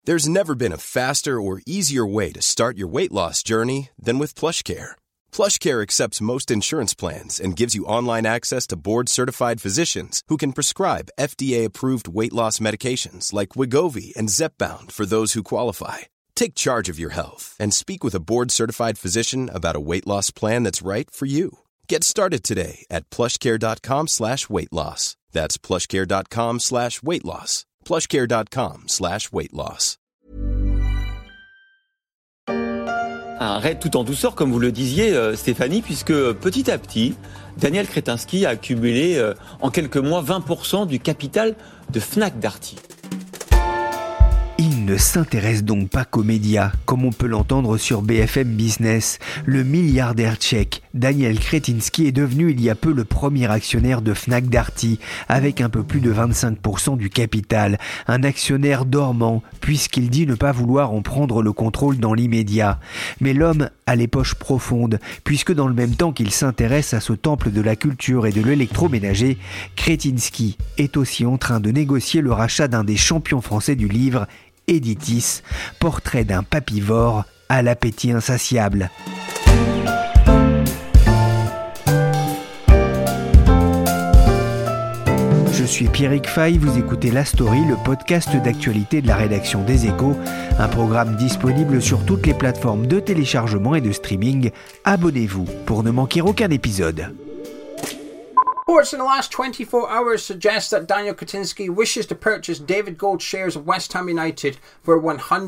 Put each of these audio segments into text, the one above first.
There's never been a faster or easier way to start your weight loss journey than with PlushCare. PlushCare accepts most insurance plans and gives you online access to board-certified physicians who can prescribe FDA-approved weight loss medications like Wegovy and Zepbound for those who qualify. Take charge of your health and speak with a board-certified physician about a weight loss plan that's right for you. Get started today at plushcare.com/weight loss. That's plushcare.com/weight loss. plushcare.com/weight loss. Un raid tout en douceur, comme vous le disiez, Stéphanie, puisque petit à petit, Daniel Kretinsky a accumulé en quelques mois 20% du capital de Fnac Darty. Il ne s'intéresse donc pas qu'aux médias, comme on peut l'entendre sur BFM Business. Le milliardaire tchèque Daniel Kretinsky est devenu il y a peu le premier actionnaire de Fnac Darty, avec un peu plus de 25% du capital. Un actionnaire dormant, puisqu'il dit ne pas vouloir en prendre le contrôle dans l'immédiat. Mais l'homme a les poches profondes, puisque dans le même temps qu'il s'intéresse à ce temple de la culture et de l'électroménager, Kretinsky est aussi en train de négocier le rachat d'un des champions français du livre, Editis, portrait d'un papivore à l'appétit insatiable. Je suis Pierrick Fay, vous écoutez La Story, le podcast d'actualité de la rédaction des Échos, un programme disponible sur toutes les plateformes de téléchargement et de streaming. Abonnez-vous pour ne manquer aucun épisode. Reports in the last 24 hours suggest that Daniel Kretinsky wishes to purchase David Gold's shares of West Ham United for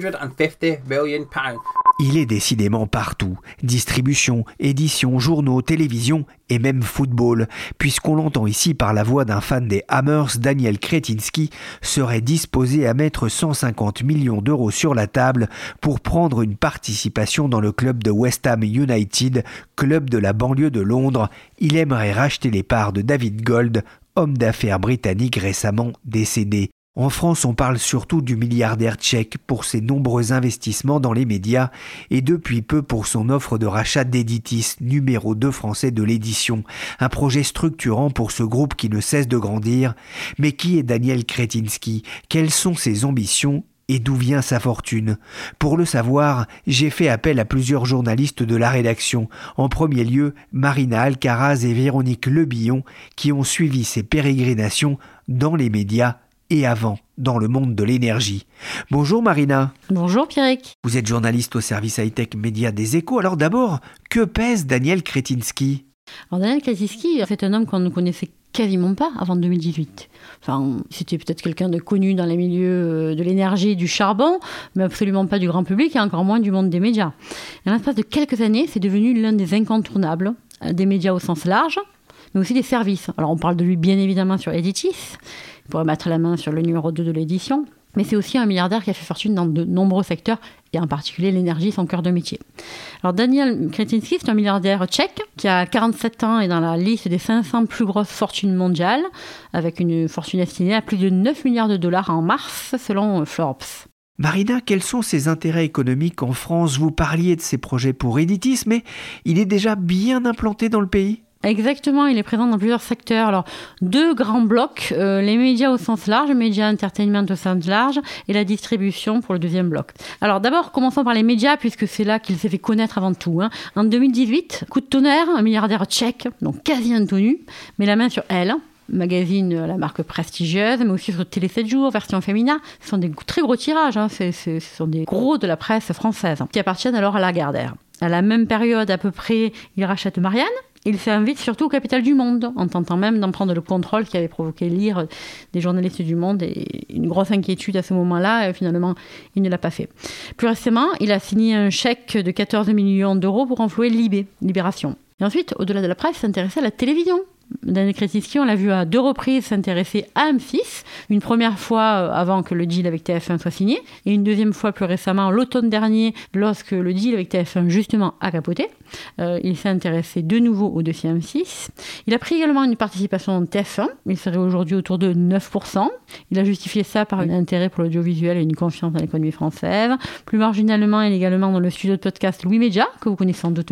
£150 million. Il est décidément partout. Distribution, édition, journaux, télévision et même football. Puisqu'on l'entend ici par la voix d'un fan des Hammers, Daniel Kretinsky serait disposé à mettre 150 millions d'euros sur la table pour prendre une participation dans le club de West Ham United, club de la banlieue de Londres. Il aimerait racheter les parts de David Gold, homme d'affaires britannique récemment décédé. En France, on parle surtout du milliardaire tchèque pour ses nombreux investissements dans les médias et depuis peu pour son offre de rachat d'Editis, numéro 2 français de l'édition. Un projet structurant pour ce groupe qui ne cesse de grandir. Mais qui est Daniel Kretinsky ? Quelles sont ses ambitions ? Et d'où vient sa fortune ? Pour le savoir, j'ai fait appel à plusieurs journalistes de la rédaction. En premier lieu, Marina Alcaraz et Véronique Lebillon, qui ont suivi ses pérégrinations dans les médias et avant, dans le monde de l'énergie. Bonjour Marina. Bonjour Pierrick. Vous êtes journaliste au service high-tech média des Échos. Alors d'abord, que pèse Daniel Kretinsky ? Alors Daniel Kretinsky, c'est un homme qu'on ne connaissait quasiment pas avant 2018. Enfin, c'était peut-être quelqu'un de connu dans les milieux de l'énergie et du charbon, mais absolument pas du grand public et encore moins du monde des médias. Et en l'espace de quelques années, c'est devenu l'un des incontournables des médias au sens large, mais aussi des services. Alors on parle de lui bien évidemment sur Editis, il pourrait mettre la main sur le numéro 2 de l'édition, mais c'est aussi un milliardaire qui a fait fortune dans de nombreux secteurs, et en particulier l'énergie, son cœur de métier. Alors Daniel Kretinsky, c'est un milliardaire tchèque qui a 47 ans et dans la liste des 500 plus grosses fortunes mondiales, avec une fortune estimée à plus de 9 milliards de dollars en mars, selon Forbes. Marina, quels sont ses intérêts économiques en France ? Vous parliez de ses projets pour Editis, mais il est déjà bien implanté dans le pays ? Exactement, il est présent dans plusieurs secteurs. Alors, 2 grands blocs, les médias au sens large, médias entertainment au sens large, et la distribution pour le deuxième bloc. Alors d'abord, commençons par les médias, puisque c'est là qu'il s'est fait connaître avant tout. En 2018, coup de tonnerre, un milliardaire tchèque, donc quasi inconnu, met la main sur Elle, magazine, la marque prestigieuse, mais aussi sur Télé 7 jours, version féminin. Ce sont des très gros tirages, ce sont des gros de la presse française, qui appartiennent alors à Lagardère. À la même période, à peu près, il rachète Marianne. Il s'invite surtout au capital du Monde, en tentant même d'en prendre le contrôle, qui avait provoqué l'ire des journalistes du Monde et une grosse inquiétude à ce moment-là. Et finalement, il ne l'a pas fait. Plus récemment, il a signé un chèque de 14 millions d'euros pour enflouer Libération. Et ensuite, au-delà de la presse, s'intéresser à la télévision. Daniel Kretinsky, on l'a vu à 2 reprises s'intéresser à M6, une première fois avant que le deal avec TF1 soit signé, et une deuxième fois plus récemment, l'automne dernier, lorsque le deal avec TF1 justement a capoté. Il s'est intéressé de nouveau au dossier M6. Il a pris également une participation dans TF1, il serait aujourd'hui autour de 9%. Il a justifié ça par un intérêt pour l'audiovisuel et une confiance dans l'économie française. Plus marginalement, il est également dans le studio de podcast Louis Média, que vous connaissez sans doute bien.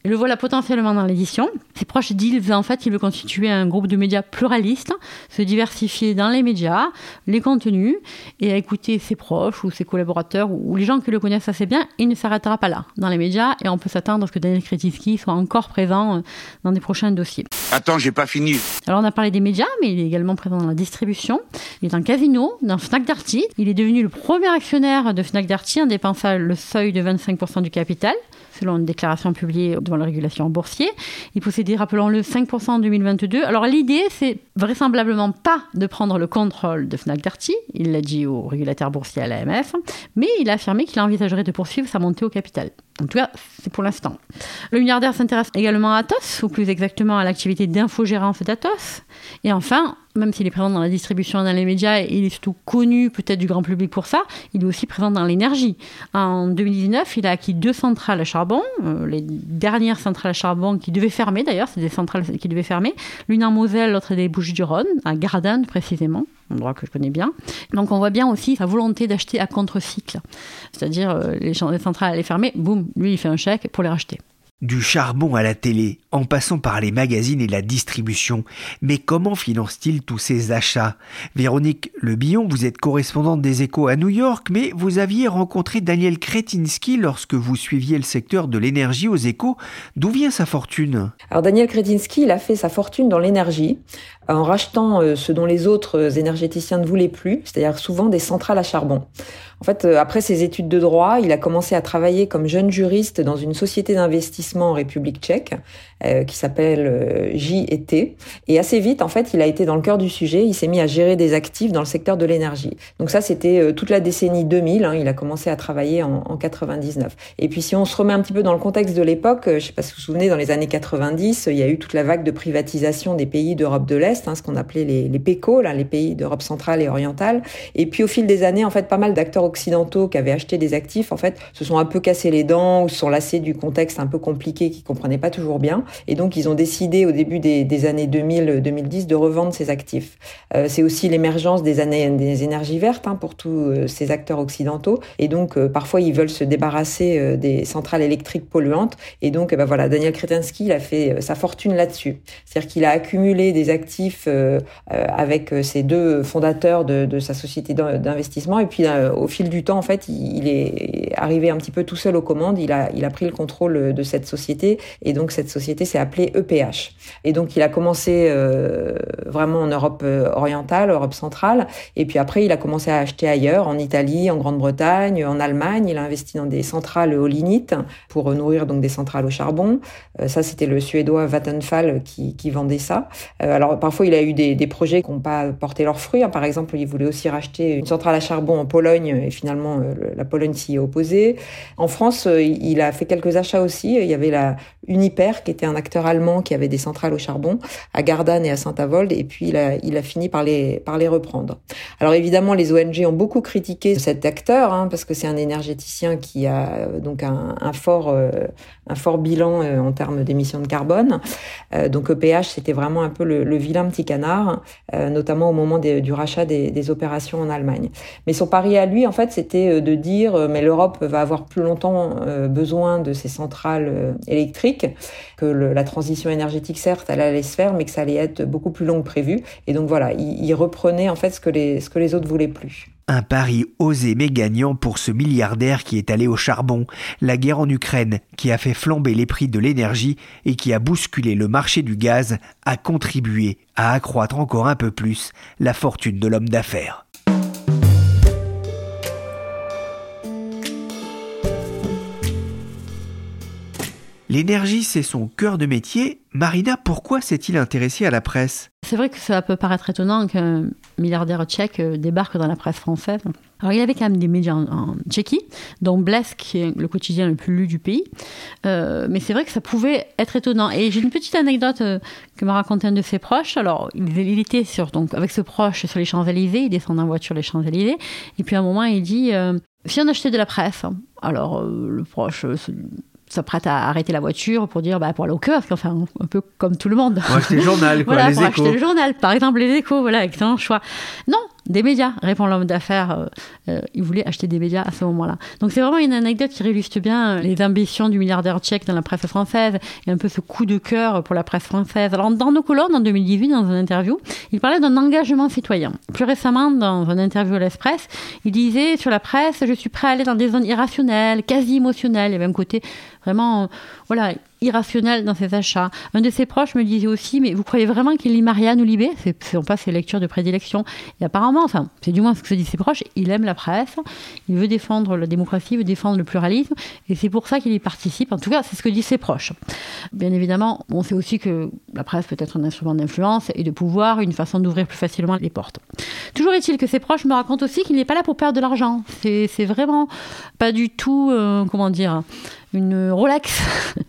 Le voilà potentiellement dans l'édition. Ses proches disent en fait qu'il veut constituer un groupe de médias pluralistes, se diversifier dans les médias, les contenus, et à écouter ses proches ou ses collaborateurs ou les gens qui le connaissent assez bien. Il ne s'arrêtera pas là, dans les médias, et on peut s'attendre à ce que Daniel Kretinsky soit encore présent dans des prochains dossiers. Attends, j'ai pas fini. Alors on a parlé des médias, mais il est également présent dans la distribution. Il est dans Casino, dans Fnac Darty. Il est devenu le premier actionnaire de Fnac Darty en dépensant le seuil de 25% du capital, selon une déclaration publiée devant la régulation boursier. Il possédait, rappelons-le, 5% en 2022. Alors l'idée, c'est vraisemblablement pas de prendre le contrôle de Fnac Darty, il l'a dit au régulateur boursier à l'AMF, mais il a affirmé qu'il envisagerait de poursuivre sa montée au capital. En tout cas, c'est pour l'instant. Le milliardaire s'intéresse également à Atos, ou plus exactement à l'activité d'infogérance d'Atos. Et enfin, même s'il est présent dans la distribution et dans les médias, et il est surtout connu peut-être du grand public pour ça, il est aussi présent dans l'énergie. En 2019, il a acquis 2 centrales à charbon, les dernières centrales à charbon qui devaient fermer d'ailleurs, c'est des centrales qui devaient fermer, l'une en Moselle, l'autre des Bouches-du-Rhône, à Gardanne précisément, un endroit que je connais bien. Donc on voit bien aussi sa volonté d'acheter à contre-cycle, c'est-à-dire les centrales allaient fermer, boum, lui il fait un chèque pour les racheter. Du charbon à la télé, en passant par les magazines et la distribution. Mais comment finance-t-il tous ces achats ? Véronique Le Billon, vous êtes correspondante des Échos à New York, mais vous aviez rencontré Daniel Kretinsky lorsque vous suiviez le secteur de l'énergie aux Échos. D'où vient sa fortune ? Alors Daniel Kretinsky, il a fait sa fortune dans l'énergie, en rachetant ce dont les autres énergéticiens ne voulaient plus, c'est-à-dire souvent des centrales à charbon. En fait, après ses études de droit, il a commencé à travailler comme jeune juriste dans une société d'investissement en République tchèque qui s'appelle J&T. Et assez vite, en fait, il a été dans le cœur du sujet. Il s'est mis à gérer des actifs dans le secteur de l'énergie. Donc ça, c'était toute la décennie 2000. Il a commencé à travailler en 99. Et puis, si on se remet un petit peu dans le contexte de l'époque, je ne sais pas si vous vous souvenez, dans les années 90, il y a eu toute la vague de privatisation des pays d'Europe de l'Est, ce qu'on appelait les PECO, les pays d'Europe centrale et orientale. Et puis, au fil des années, en fait, pas mal d'acteurs occidentaux qui avaient acheté des actifs, en fait, se sont un peu cassés les dents ou se sont lassés du contexte un peu compliqué qu'ils comprenaient pas toujours bien. Et donc, ils ont décidé au début des années 2000-2010 de revendre ces actifs. C'est aussi l'émergence des énergies vertes pour tous ces acteurs occidentaux. Et donc, parfois, ils veulent se débarrasser des centrales électriques polluantes. Et donc, voilà, Daniel Kretinsky, il a fait sa fortune là-dessus. C'est-à-dire qu'il a accumulé des actifs avec ses 2 fondateurs de sa société d'investissement. Et puis, au fil du temps, en fait, il est arrivé un petit peu tout seul aux commandes. Il a pris le contrôle de cette société. Et donc, cette société s'est appelée EPH. Et donc, il a commencé vraiment en Europe orientale, Europe centrale. Et puis après, il a commencé à acheter ailleurs, en Italie, en Grande-Bretagne, en Allemagne. Il a investi dans des centrales au lignite pour nourrir donc des centrales au charbon. Ça, c'était le Suédois Vattenfall qui vendait ça. Alors, parfois, il a eu des projets qui n'ont pas porté leurs fruits. Par exemple, il voulait aussi racheter une centrale à charbon en Pologne et finalement, la Pologne s'y est opposée. En France, il a fait quelques achats aussi. Il y avait la Uniper, qui était un acteur allemand qui avait des centrales au charbon à Gardanne et à Saint-Avold, et puis il a fini par les reprendre. Alors évidemment, les ONG ont beaucoup critiqué cet acteur, parce que c'est un énergéticien qui a donc un fort bilan en termes d'émissions de carbone. Donc EPH, c'était vraiment un peu le vilain petit canard, notamment au moment du rachat des opérations en Allemagne. Mais son pari à lui, en fait, c'était de dire mais l'Europe va avoir plus longtemps besoin de ces centrales électriques, que la transition énergétique, certes, elle allait se faire, mais que ça allait être beaucoup plus long que prévu. Et donc voilà, il reprenait en fait ce que les autres voulaient plus. Un pari osé mais gagnant pour ce milliardaire qui est allé au charbon. La guerre en Ukraine, qui a fait flamber les prix de l'énergie et qui a bousculé le marché du gaz, a contribué à accroître encore un peu plus la fortune de l'homme d'affaires. L'énergie, c'est son cœur de métier. Marina, pourquoi s'est-il intéressé à la presse ? C'est vrai que ça peut paraître étonnant qu'un milliardaire tchèque débarque dans la presse française. Alors, il avait quand même des médias en Tchéquie, dont Blesk, qui est le quotidien le plus lu du pays. Mais c'est vrai que ça pouvait être étonnant. Et j'ai une petite anecdote que m'a raconté un de ses proches. Alors, il était donc, avec ce proche sur les Champs-Élysées, il descend en voiture les Champs-Élysées. Et puis, à un moment, il dit si on achetait de la presse, alors le proche s'apprête à arrêter la voiture pour dire pour aller au kiosque, enfin un peu comme tout le monde. Pour acheter le journal, voilà, les pour Échos. acheter le journal, par exemple les Échos, voilà, excellent choix. Non, des médias, répond l'homme d'affaires. Il voulait acheter des médias à ce moment-là. Donc c'est vraiment une anecdote qui illustre bien les ambitions du milliardaire tchèque dans la presse française et un peu ce coup de cœur pour la presse française. Alors dans nos colonnes, en 2018, dans une interview, il parlait d'un engagement citoyen. Plus récemment, dans une interview à l'Express, il disait sur la presse, je suis prêt à aller dans des zones irrationnelles, quasi émotionnelles. Il y avait un côté vraiment, irrationnel dans ses achats. Un de ses proches me disait aussi, mais vous croyez vraiment qu'il lit Marianne ou Libé ? Ce ne sont pas ses lectures de prédilection. Et apparemment, c'est du moins ce que se disent ses proches, il aime la presse, il veut défendre la démocratie, il veut défendre le pluralisme, et c'est pour ça qu'il y participe. En tout cas, c'est ce que disent ses proches. Bien évidemment, on sait aussi que la presse peut être un instrument d'influence et de pouvoir, une façon d'ouvrir plus facilement les portes. Toujours est-il que ses proches me racontent aussi qu'il n'est pas là pour perdre de l'argent. C'est vraiment pas du tout, une Rolex,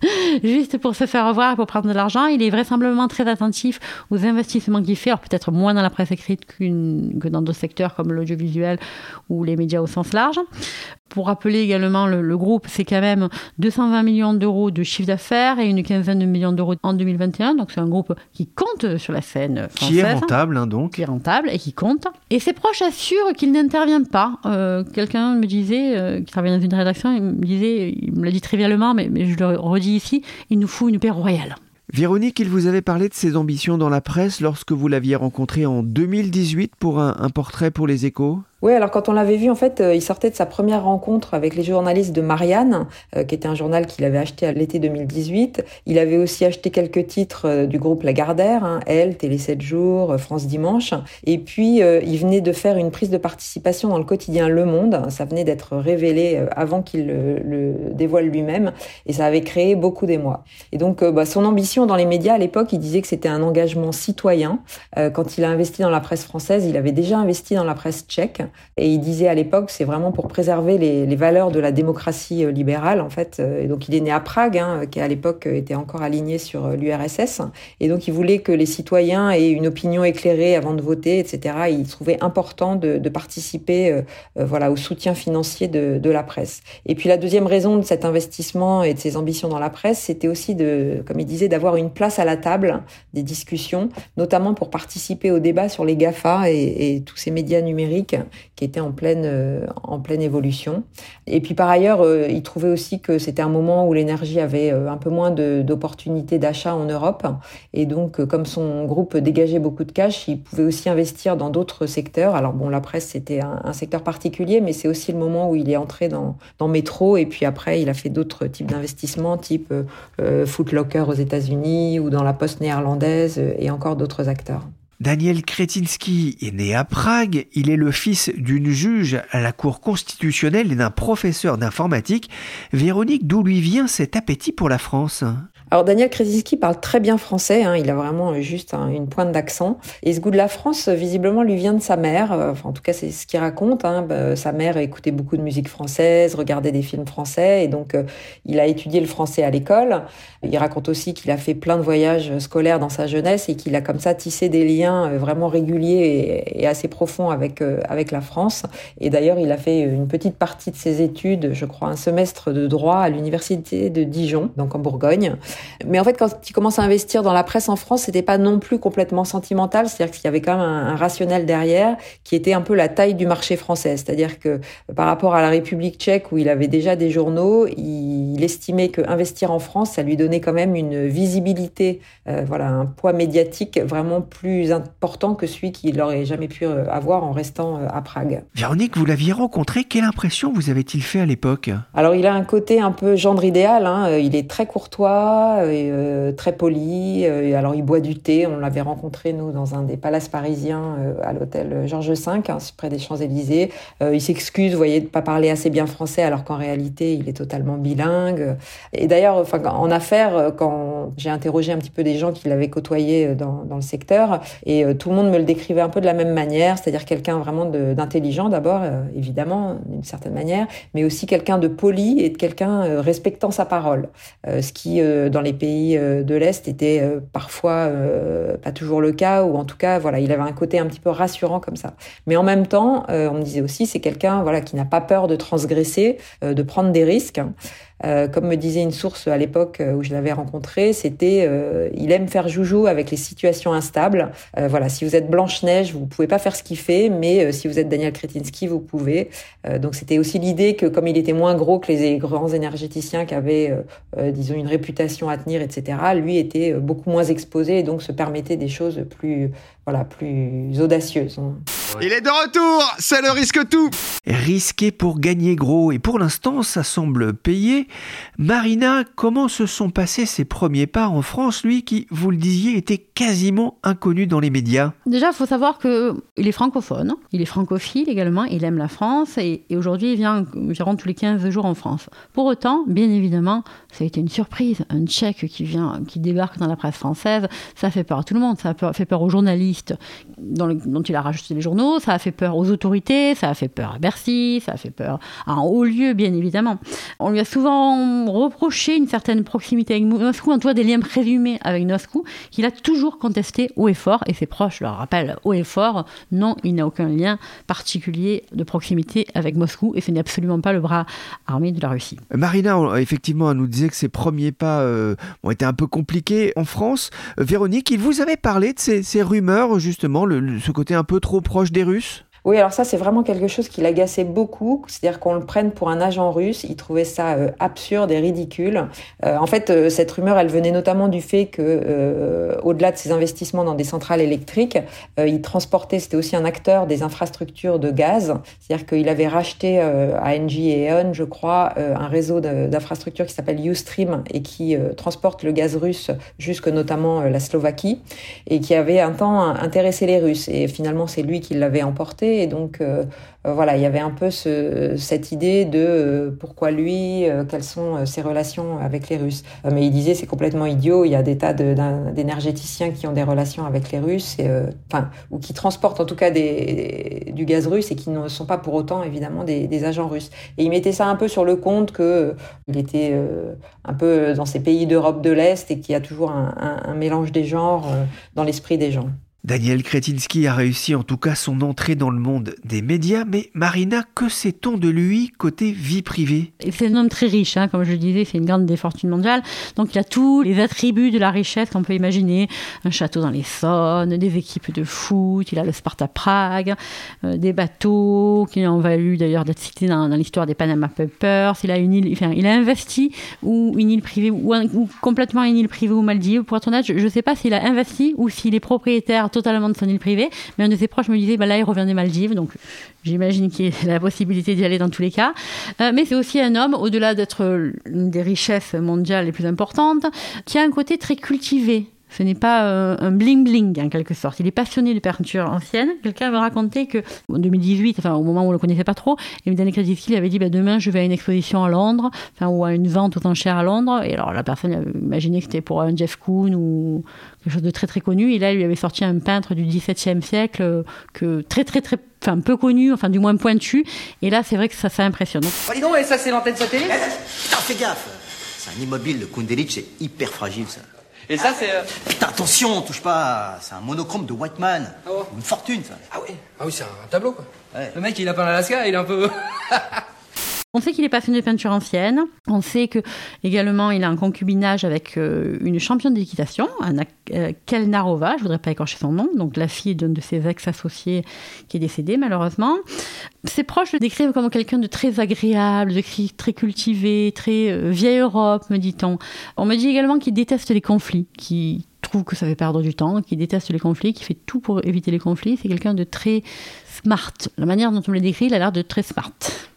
juste pour se faire voir, pour prendre de l'argent. Il est vraisemblablement très attentif aux investissements qu'il fait, alors peut-être moins dans la presse écrite que dans d'autres secteurs comme l'audiovisuel ou les médias au sens large. Pour rappeler également, le groupe, c'est quand même 220 millions d'euros de chiffre d'affaires et une quinzaine de millions d'euros en 2021. Donc c'est un groupe qui compte sur la scène française. Qui est rentable, donc. Qui est rentable et qui compte. Et ses proches assurent qu'il n'intervient pas. Quelqu'un me disait, qui travaille dans une rédaction, il me l'a dit trivialement, mais je le redis ici, il nous faut une paix royale. Véronique, il vous avait parlé de ses ambitions dans la presse lorsque vous l'aviez rencontré en 2018 pour un portrait pour les Échos. Oui, alors quand on l'avait vu, en fait, il sortait de sa première rencontre avec les journalistes de Marianne, qui était un journal qu'il avait acheté à l'été 2018. Il avait aussi acheté quelques titres du groupe Lagardère, Elle, Télé 7 jours, France Dimanche. Et puis, il venait de faire une prise de participation dans le quotidien Le Monde. Ça venait d'être révélé avant qu'il le dévoile lui-même. Et ça avait créé beaucoup d'émoi. Et donc, son ambition dans les médias, à l'époque, il disait que c'était un engagement citoyen. Quand il a investi dans la presse française, il avait déjà investi dans la presse tchèque. Et il disait à l'époque, c'est vraiment pour préserver les valeurs de la démocratie libérale, en fait. Et donc, il est né à Prague, qui à l'époque était encore aligné sur l'URSS. Et donc, il voulait que les citoyens aient une opinion éclairée avant de voter, etc. Et il trouvait important de participer, au soutien financier de la presse. Et puis, la deuxième raison de cet investissement et de ses ambitions dans la presse, c'était aussi comme il disait, d'avoir une place à la table des discussions, notamment pour participer au débat sur les GAFA et tous ces médias numériques qui était en pleine évolution. Et puis par ailleurs, il trouvait aussi que c'était un moment où l'énergie avait un peu moins d'opportunités d'achat en Europe. Et donc, comme son groupe dégageait beaucoup de cash, il pouvait aussi investir dans d'autres secteurs. Alors bon, la presse, c'était un secteur particulier, mais c'est aussi le moment où il est entré dans Métro. Et puis après, il a fait d'autres types d'investissements, type Foot Locker aux États-Unis ou dans la Poste néerlandaise et encore d'autres acteurs. Daniel Kretinsky est né à Prague, il est le fils d'une juge à la Cour constitutionnelle et d'un professeur d'informatique. Véronique, d'où lui vient cet appétit pour la France ? Alors Daniel Kretinsky parle très bien français, il a vraiment juste une pointe d'accent. Et ce goût de la France, visiblement, lui vient de sa mère. En tout cas, c'est ce qu'il raconte. Sa mère écoutait beaucoup de musique française, regardait des films français, et donc il a étudié le français à l'école. Il raconte aussi qu'il a fait plein de voyages scolaires dans sa jeunesse et qu'il a comme ça tissé des liens vraiment réguliers et assez profonds avec la France. Et d'ailleurs, il a fait une petite partie de ses études, je crois un semestre de droit à l'université de Dijon, donc en Bourgogne. Mais en fait, quand il commence à investir dans la presse en France, c'était pas non plus complètement sentimental, c'est-à-dire qu'il y avait quand même un rationnel derrière qui était un peu la taille du marché français. C'est-à-dire que par rapport à la République tchèque où il avait déjà des journaux, il estimait que investir en France, ça lui donnait quand même une visibilité, un poids médiatique vraiment plus important que celui qu'il n'aurait jamais pu avoir en restant à Prague. Véronique, vous l'aviez rencontré, quelle impression vous avait-il fait à l'époque ? Alors il a un côté un peu gendre idéal, il est très courtois, très poli. Alors il boit du thé. On l'avait rencontré nous dans un des palaces parisiens à l'hôtel Georges V, près des Champs-Élysées. Il s'excuse, vous voyez, de pas parler assez bien français, alors qu'en réalité il est totalement bilingue. Et d'ailleurs, en affaires, quand j'ai interrogé un petit peu des gens qui l'avaient côtoyé dans le secteur, et tout le monde me le décrivait un peu de la même manière, c'est-à-dire quelqu'un vraiment d'intelligent d'abord, évidemment, d'une certaine manière, mais aussi quelqu'un de poli et de quelqu'un respectant sa parole. Ce qui dans les pays de l'Est était parfois pas toujours le cas, ou en tout cas, il avait un côté un petit peu rassurant comme ça. Mais en même temps, on me disait aussi, c'est quelqu'un qui n'a pas peur de transgresser, de prendre des risques. Comme me disait une source à l'époque où je l'avais rencontré, c'était il aime faire joujou avec les situations instables. Voilà, si vous êtes Blanche-Neige, vous pouvez pas faire ce qu'il fait, mais si vous êtes Daniel Kretinsky, vous pouvez. Donc c'était aussi l'idée que comme il était moins gros que les grands énergéticiens qui avaient, disons, une réputation à tenir, etc., lui était beaucoup moins exposé et donc se permettait des choses plus audacieuses. Il est de retour, c'est le risque tout. Risqué pour gagner gros, et pour l'instant ça semble payer. Marina, comment se sont passés ses premiers pas en France, lui qui, vous le disiez, était quasiment inconnu dans les médias? Déjà, il faut savoir qu'il est francophone, il est francophile également, il aime la France, et aujourd'hui il vient environ tous les 15 jours en France. Pour autant, bien évidemment, ça a été une surprise, un Tchèque qui débarque dans la presse française, ça fait peur à tout le monde, ça fait peur aux journalistes dont il a rajouté les journaux, ça a fait peur aux autorités, ça a fait peur à Bercy, ça a fait peur à un haut lieu, bien évidemment. On lui a souvent reproché une certaine proximité avec Moscou, en tout cas des liens présumés avec Moscou, qu'il a toujours contesté haut et fort, et ses proches leur rappellent haut et fort, non, il n'a aucun lien particulier de proximité avec Moscou, et ce n'est absolument pas le bras armé de la Russie. Marina, effectivement, elle nous disait que ses premiers pas ont été un peu compliqués en France. Véronique, il vous avait parlé de ces rumeurs, justement, ce côté un peu trop proche des Russes? Oui, alors ça, c'est vraiment quelque chose qui l'agaçait beaucoup. C'est-à-dire qu'on le prenne pour un agent russe. Il trouvait ça absurde et ridicule. En fait, cette rumeur, elle venait notamment du fait que, au-delà de ses investissements dans des centrales électriques, il transportait, c'était aussi un acteur des infrastructures de gaz. C'est-à-dire qu'il avait racheté à Engie et E.ON, je crois, un réseau d'infrastructures qui s'appelleUstream et qui transporte le gaz russe jusque notamment la Slovaquie et qui avait un temps intéressé les Russes. Et finalement, c'est lui qui l'avait emporté. Et donc, voilà, il y avait un peu cette idée de pourquoi lui, quelles sont ses relations avec les Russes. Mais il disait c'est complètement idiot, il y a des tas d'énergéticiens qui ont des relations avec les Russes, ou qui transportent en tout cas du gaz russe et qui ne sont pas pour autant évidemment des agents russes. Et il mettait ça un peu sur le compte qu'il était un peu dans ces pays d'Europe de l'Est et qu'il y a toujours un mélange des genres dans l'esprit des gens. Daniel Kretinsky a réussi en tout cas son entrée dans le monde des médias, mais Marina, que sait-on de lui côté vie privée? C'est un homme très riche, comme je le disais, c'est une grande des fortunes mondiales, donc il a tous les attributs de la richesse qu'on peut imaginer, un château dans l'Essonne, des équipes de foot, il a le Sparta Prague, des bateaux qui ont valu d'ailleurs d'être cités dans l'histoire des Panama Papers, il a investi ou une île privée ou complètement une île privée aux Maldives, pour être honnête, je ne sais pas s'il a investi ou s'il est propriétaire totalement de son île privée, mais un de ses proches me disait là il revient des Maldives, donc j'imagine qu'il y a la possibilité d'y aller dans tous les cas, mais c'est aussi un homme, au-delà d'être une des richesses mondiales les plus importantes, qui a un côté très cultivé. Ce n'est pas un bling-bling, en quelque sorte. Il est passionné de peinture ancienne. Quelqu'un me racontait qu'en 2018, au moment où on ne le connaissait pas trop, Daniel Kretinsky avait dit demain, je vais à une exposition à Londres, ou à une vente aux enchères à Londres. Et alors, la personne avait imaginé que c'était pour un Jeff Koons ou quelque chose de très, très connu. Et là, il lui avait sorti un peintre du XVIIe siècle, très, très, très, peu connu, du moins pointu. Et là, c'est vrai que ça impressionne. Oh, dis donc, et ça, c'est l'antenne satellite? Putain, fais gaffe. C'est un immobile de Kundelic, c'est hyper fragile, ça. Et ça, c'est... Putain, attention, touche pas. C'est un monochrome de Whiteman. Ah ouais. Une fortune, ça. Ah oui, c'est un tableau, quoi. Ouais. Le mec, il a peint l'Alaska, il est un peu... On sait qu'il est passionné de peinture ancienne. On sait que également il a un concubinage avec une championne d'équitation, Anna Kelnarova, je voudrais pas écorcher son nom, donc la fille d'un de ses ex-associés qui est décédé malheureusement. Ses proches le décrivent comme quelqu'un de très agréable, de très cultivé, très vieille Europe, me dit-on. On me dit également qu'il déteste les conflits, qu'il trouve que ça fait perdre du temps, qu'il déteste les conflits, qu'il fait tout pour éviter les conflits. C'est quelqu'un de très smart. La manière dont on me le décrit, il a l'air de très smart.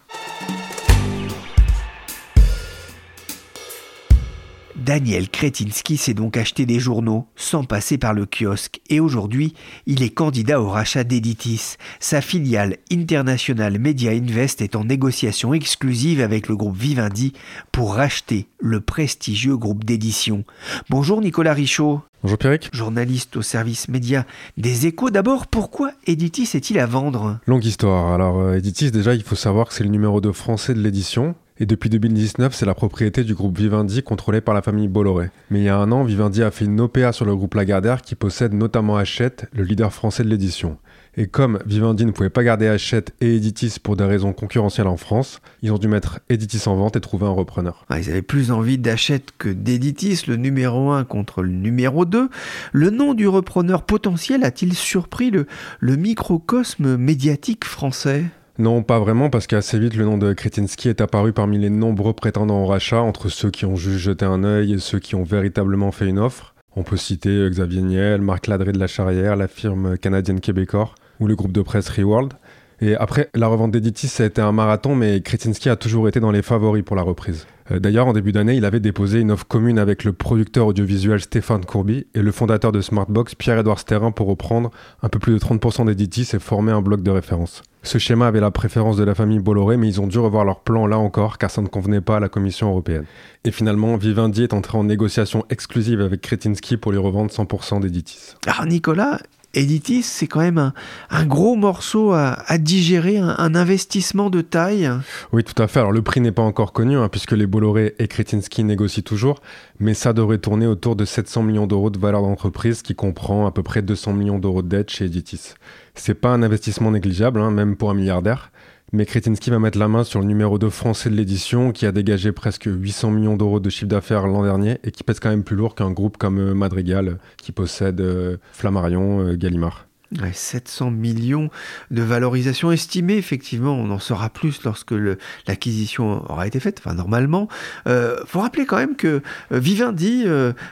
Daniel Kretinsky s'est donc acheté des journaux sans passer par le kiosque et aujourd'hui, il est candidat au rachat d'Editis. Sa filiale International Media Invest est en négociation exclusive avec le groupe Vivendi pour racheter le prestigieux groupe d'édition. Bonjour Nicolas Richaud. Bonjour Pierrick. Journaliste au service média des Échos. D'abord, pourquoi Editis est-il à vendre? Longue histoire. Alors Editis, déjà, il faut savoir que c'est le numéro 2 français de l'édition. Et depuis 2019, c'est la propriété du groupe Vivendi contrôlé par la famille Bolloré. Mais il y a un an, Vivendi a fait une OPA sur le groupe Lagardère qui possède notamment Hachette, le leader français de l'édition. Et comme Vivendi ne pouvait pas garder Hachette et Editis pour des raisons concurrentielles en France, ils ont dû mettre Editis en vente et trouver un repreneur. Ils avaient plus envie d'Hachette que d'Editis, le numéro 1 contre le numéro 2. Le nom du repreneur potentiel a-t-il surpris le microcosme médiatique français ? Non, pas vraiment, parce qu'assez vite, le nom de Kretinsky est apparu parmi les nombreux prétendants au rachat, entre ceux qui ont juste jeté un œil et ceux qui ont véritablement fait une offre. On peut citer Xavier Niel, Marc Ladré de la Charrière, la firme canadienne Québecor ou le groupe de presse Reworld. Et après, la revente d'Editis, ça a été un marathon, mais Kretinsky a toujours été dans les favoris pour la reprise. D'ailleurs, en début d'année, il avait déposé une offre commune avec le producteur audiovisuel Stéphane Courby et le fondateur de Smartbox, Pierre-Édouard Sterrin, pour reprendre un peu plus de 30% d'Editis et former un bloc de référence. Ce schéma avait la préférence de la famille Bolloré, mais ils ont dû revoir leur plan là encore, car ça ne convenait pas à la Commission européenne. Et finalement, Vivendi est entré en négociation exclusive avec Kretinsky pour lui revendre 100% d'Editis. Alors Nicolas, Editis, c'est quand même un gros morceau à digérer, un investissement de taille. Oui, tout à fait. Alors le prix n'est pas encore connu, puisque les Bolloré et Kretinsky négocient toujours, mais ça devrait tourner autour de 700 millions d'euros de valeur d'entreprise, qui comprend à peu près 200 millions d'euros de dette chez Editis. C'est pas un investissement négligeable, même pour un milliardaire. Mais Kretinsky va mettre la main sur le numéro 2 français de l'édition qui a dégagé presque 800 millions d'euros de chiffre d'affaires l'an dernier et qui pèse quand même plus lourd qu'un groupe comme Madrigal qui possède Flammarion, Gallimard. Ouais, 700 millions de valorisation estimée, effectivement, on en saura plus lorsque l'acquisition aura été faite, normalement. Faut rappeler quand même que Vivendi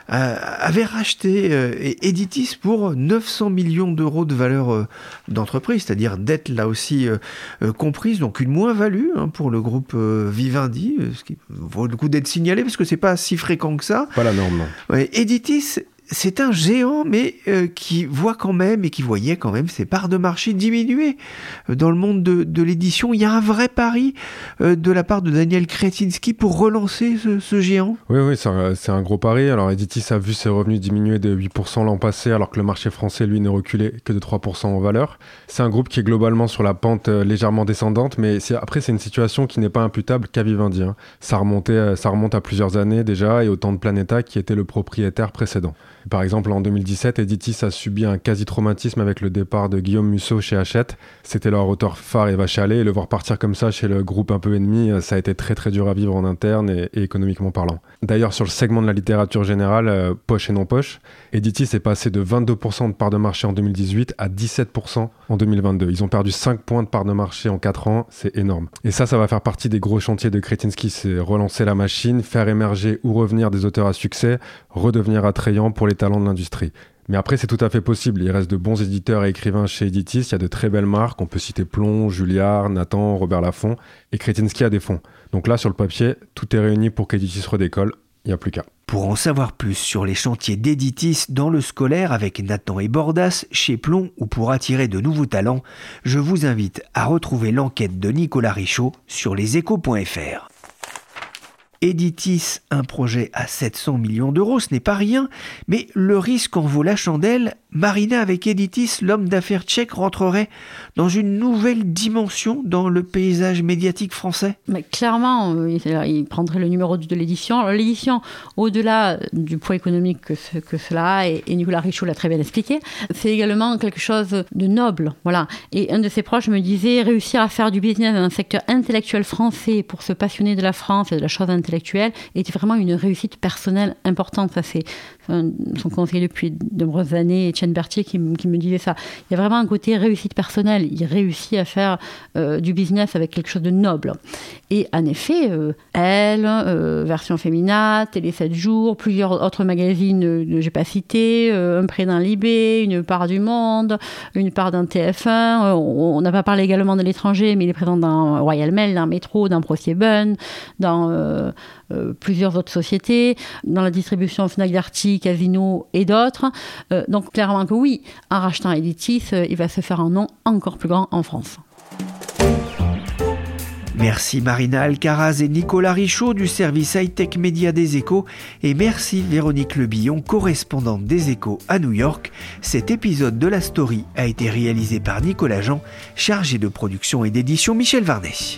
avait racheté Editis pour 900 millions d'euros de valeur d'entreprise, c'est-à-dire dette là aussi comprise, donc une moins-value pour le groupe Vivendi, ce qui vaut le coup d'être signalé parce que c'est pas si fréquent que ça. Pas la norme, non. Ouais, Editis, c'est un géant, mais qui voit quand même, et qui voyait quand même ses parts de marché diminuer dans le monde de l'édition. Il y a un vrai pari de la part de Daniel Kretinsky pour relancer ce géant. Oui, c'est un gros pari. Alors Editis a vu ses revenus diminuer de 8% l'an passé, alors que le marché français, lui, ne reculait que de 3% en valeur. C'est un groupe qui est globalement sur la pente légèrement descendante, mais après, c'est une situation qui n'est pas imputable qu'à Vivendi. Ça remonte à plusieurs années déjà, et au temps de Planeta, qui était le propriétaire précédent. Par exemple, en 2017, Editis a subi un quasi-traumatisme avec le départ de Guillaume Musso chez Hachette. C'était leur auteur phare et vache à lait, et le voir partir comme ça chez le groupe un peu ennemi, ça a été très très dur à vivre en interne et économiquement parlant. D'ailleurs, sur le segment de la littérature générale, poche et non poche, Editis est passé de 22% de part de marché en 2018 à 17% en 2022. Ils ont perdu 5 points de part de marché en 4 ans, c'est énorme. Et ça va faire partie des gros chantiers de Kretinsky, c'est relancer la machine, faire émerger ou revenir des auteurs à succès, redevenir attrayant pour les talents de l'industrie. Mais après, c'est tout à fait possible. Il reste de bons éditeurs et écrivains chez Editis. Il y a de très belles marques. On peut citer Plon, Julliard, Nathan, Robert Laffont. Et Kretinsky a des fonds. Donc là, sur le papier, tout est réuni pour qu'Editis redécolle. Il n'y a plus qu'à. Pour en savoir plus sur les chantiers d'Editis dans le scolaire avec Nathan et Bordas chez Plon ou pour attirer de nouveaux talents, je vous invite à retrouver l'enquête de Nicolas Richaud sur leséchos.fr. Editis, un projet à 700 millions d'euros, ce n'est pas rien, mais le risque en vaut la chandelle. Marina, avec Editis, l'homme d'affaires tchèque rentrerait dans une nouvelle dimension dans le paysage médiatique français. Mais clairement, il prendrait le numéro 2 de l'édition. Alors, l'édition, au-delà du poids économique que cela a, et Nicolas Richaud l'a très bien expliqué, c'est également quelque chose de noble. Voilà. Et un de ses proches me disait, réussir à faire du business dans un secteur intellectuel français pour se passionner de la France et de la chose intellectuelle était vraiment une réussite personnelle importante. Ça, c'est son conseiller depuis de nombreuses années, Étienne Berthier, qui me disait ça. Il y a vraiment un côté réussite personnelle. Il réussit à faire du business avec quelque chose de noble. Et en effet, Version Fémina, Télé 7 jours, plusieurs autres magazines que je n'ai pas cités, un prêt d'un Libé, une part du Monde, une part d'un TF1. On n'a pas parlé également de l'étranger, mais il est présent dans Royal Mail, dans Métro, dans ProSieben, dans plusieurs autres sociétés, dans la distribution Fnac Darty, Casino et d'autres. Donc clairement que oui, en rachetant Editis, il va se faire un nom encore plus grand en France. Merci Marina Alcaraz et Nicolas Richaud du service high-tech média des Échos, et merci Véronique Lebillon, correspondante des Échos à New York. Cet épisode de La Story a été réalisé par Nicolas Jean, chargé de production et d'édition Michel Varnet.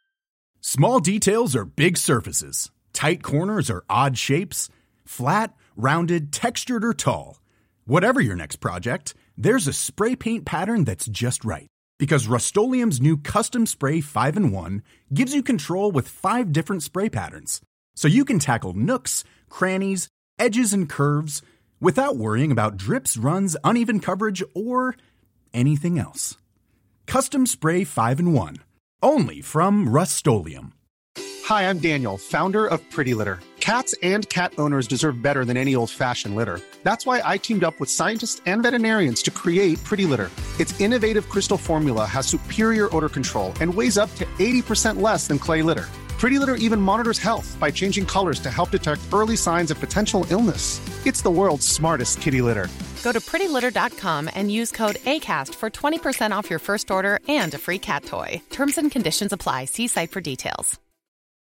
Small details are big surfaces. Tight corners are odd shapes. Flat, rounded, textured, or tall. Whatever your next project, there's a spray paint pattern that's just right. Because Rust-Oleum's new Custom Spray 5-in-1 gives you control with 5 different spray patterns. So you can tackle nooks, crannies, edges, and curves without worrying about drips, runs, uneven coverage, or anything else. Custom Spray 5-in-1. Only from Rust-Oleum. Hi, I'm Daniel, founder of Pretty Litter. Cats and cat owners deserve better than any old-fashioned litter. That's why I teamed up with scientists and veterinarians to create Pretty Litter. Its innovative crystal formula has superior odor control and weighs up to 80% less than clay litter. Pretty Litter even monitors health by changing colors to help detect early signs of potential illness. It's the world's smartest kitty litter. Go to prettylitter.com and use code ACAST for 20% off your first order and a free cat toy. Terms and conditions apply. See site for details.